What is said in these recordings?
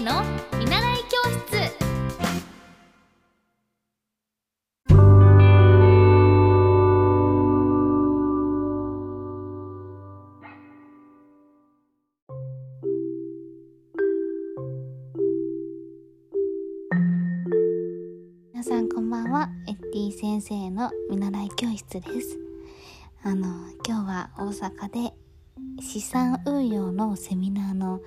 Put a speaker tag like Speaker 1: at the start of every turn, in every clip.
Speaker 1: の見習い教室。皆さんこんばんは。エッティ先生の見習い教室です。今日は大阪で資産運用のセミナーの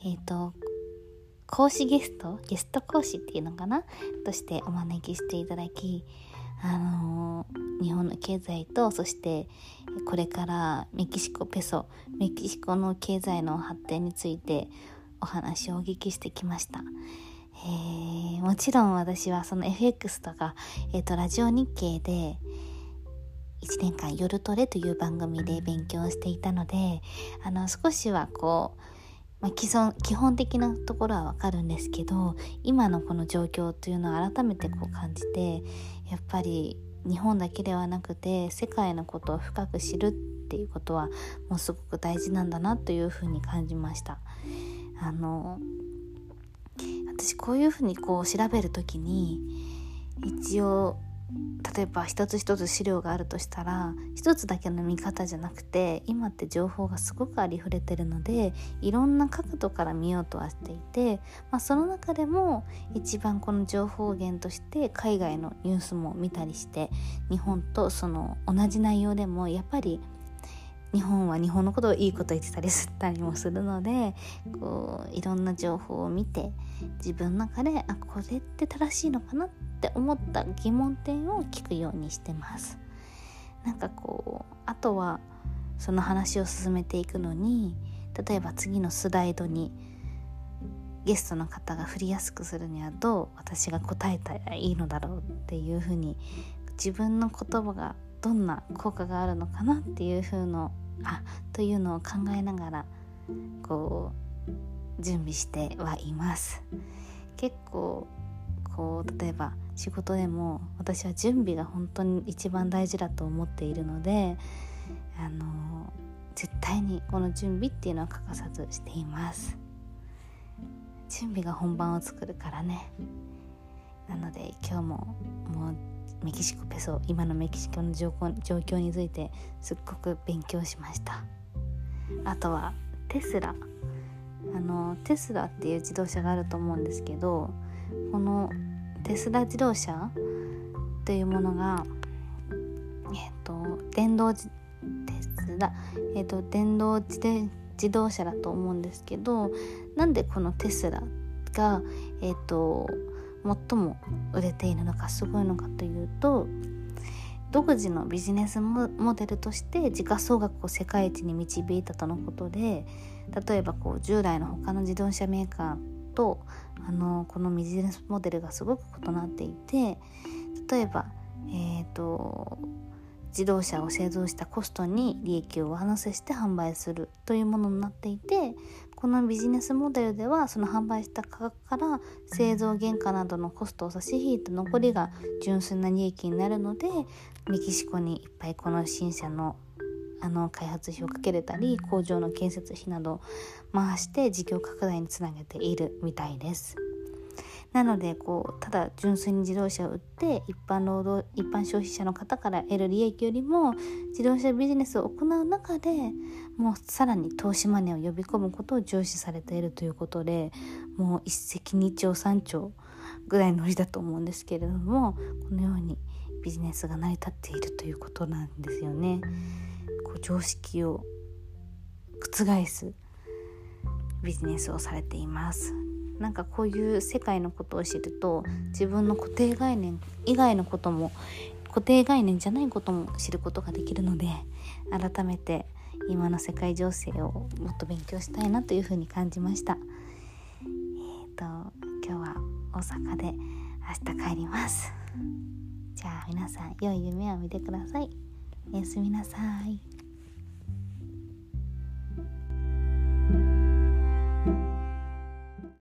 Speaker 1: 講師ゲスト講師っていうのかなとしてお招きしていただき、日本の経済と、そしてこれからメキシコの経済の発展についてお話をお聞きしてきました。もちろん私はその FX とか、ラジオ日経で1年間夜トレという番組で勉強していたので、少しは基本的なところはわかるんですけど、今のこの状況というのを改めて感じて、やっぱり日本だけではなくて世界のことを深く知るっていうことはもうすごく大事なんだなというふうに感じました。私こういうふうに調べるときに、一応例えば一つ一つ資料があるとしたら、一つだけの見方じゃなくて、今って情報がすごくありふれてるので、いろんな角度から見ようとはしていて、その中でも一番この情報源として海外のニュースも見たりして、日本とその同じ内容でもやっぱり日本は日本のことをいいこと言ってたりするので、いろんな情報を見て、自分の中でこれって正しいのかなって思った疑問点を聞くようにしてます。あとはその話を進めていくのに、例えば次のスライドにゲストの方が振りやすくするにはどう私が答えたらいいのだろうっていうふうに、自分の言葉がどんな効果があるのかなっていうというのを考えながら準備してはいます。結構例えば仕事でも私は準備が本当に一番大事だと思っているので、絶対にこの準備っていうのは欠かさずしています。準備が本番を作るからね。なので今日もうメキシコペソ、今のメキシコの状況についてすっごく勉強しました。あとはテスラっていう自動車があると思うんですけど、このテスラ自動車というものが、電動自動車だと思うんですけど、なんでこのテスラが最も売れているのか、すごいのかというと、独自のビジネスモデルとして時価総額を世界一に導いたとのことで、例えば従来の他の自動車メーカーとこのビジネスモデルがすごく異なっていて、例えば、自動車を製造したコストに利益を上乗せして販売するというものになっていて、このビジネスモデルではその販売した価格から製造原価などのコストを差し引いた残りが純粋な利益になるので、メキシコにいっぱいこの新車の開発費をかけれたり、工場の建設費などを回して事業拡大につなげているみたいです。なのでただ純粋に自動車を売って一般消費者の方から得る利益よりも、自動車ビジネスを行う中でもうさらに投資マネーを呼び込むことを重視されているということで、もう一石二鳥三鳥ぐらいのノリだと思うんですけれども、このようにビジネスが成り立っているということなんですよね。常識を覆すビジネスをされています。こういう世界のことを知ると、自分の固定概念以外のことも、固定概念じゃないことも知ることができるので、改めて今の世界情勢をもっと勉強したいなというふうに感じました。今日は大阪で明日帰ります。じゃあ皆さん良い夢を見てください。おやすみなさい。